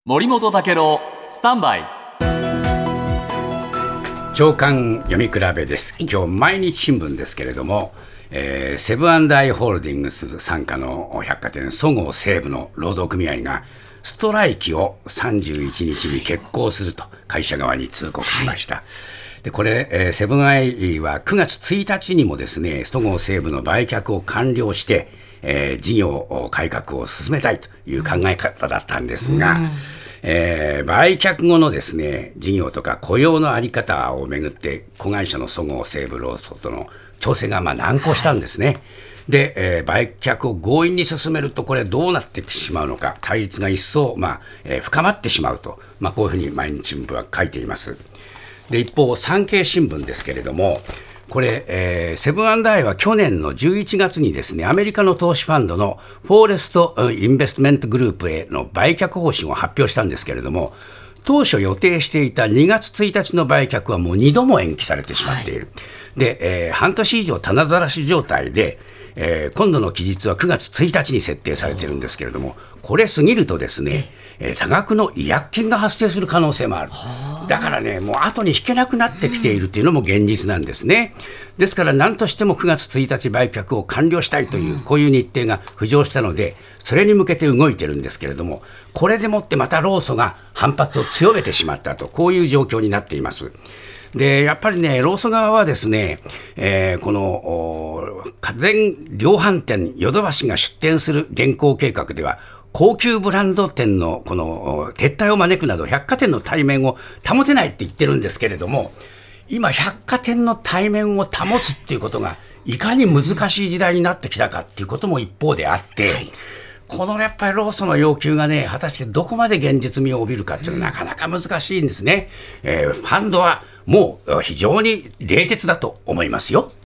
森本武郎スタンバイ朝刊読み比べです。今日毎日新聞ですけれども、セブン&アイ・ホールディングス傘下の百貨店そごう・西武の労働組合がストライキを31日に決行すると会社側に通告しました。でこれ、セブンアイは9月1日にもですね、そごう・西武の売却を完了して、事業改革を進めたいという考え方だったんですが、売却後のですね、事業とか雇用の在り方をめぐって子会社のそごう・西武労組との調整が難航したんですね。で、売却を強引に進めるとこれどうなってしまうのか、対立が一層、深まってしまうと、こういうふうに毎日新聞は書いています。で一方産経新聞ですけれども、これ、セブン&アイは去年の11月にですね、アメリカの投資ファンドのフォーレストインベストメントグループへの売却方針を発表したんですけれども、当初予定していた2月1日の売却はもう2度も延期されてしまっている。で、半年以上棚ざらし状態で、今度の期日は9月1日に設定されているんですけれども、これ過ぎるとですね、多額の違約金が発生する可能性もある。だからね、もう後に引けなくなってきているというのも現実なんですね。ですから何としても9月1日売却を完了したいという、こういう日程が浮上したので、それに向けて動いてるんですけれども、これでもってまた労組が反発を強めてしまったと、こういう状況になっています。でやっぱりね、労組側はですね、この家電量販店ヨドバシが出店する現行計画では、高級ブランド店のこの撤退を招くなど百貨店の対面を保てないって言ってるんですけれども、今百貨店の対面を保つっていうことがいかに難しい時代になってきたかっていうことも一方であって、このやっぱり労組の要求がね、果たしてどこまで現実味を帯びるかっていうのはなかなか難しいんですね。ファンドはもう非常に冷徹だと思いますよ。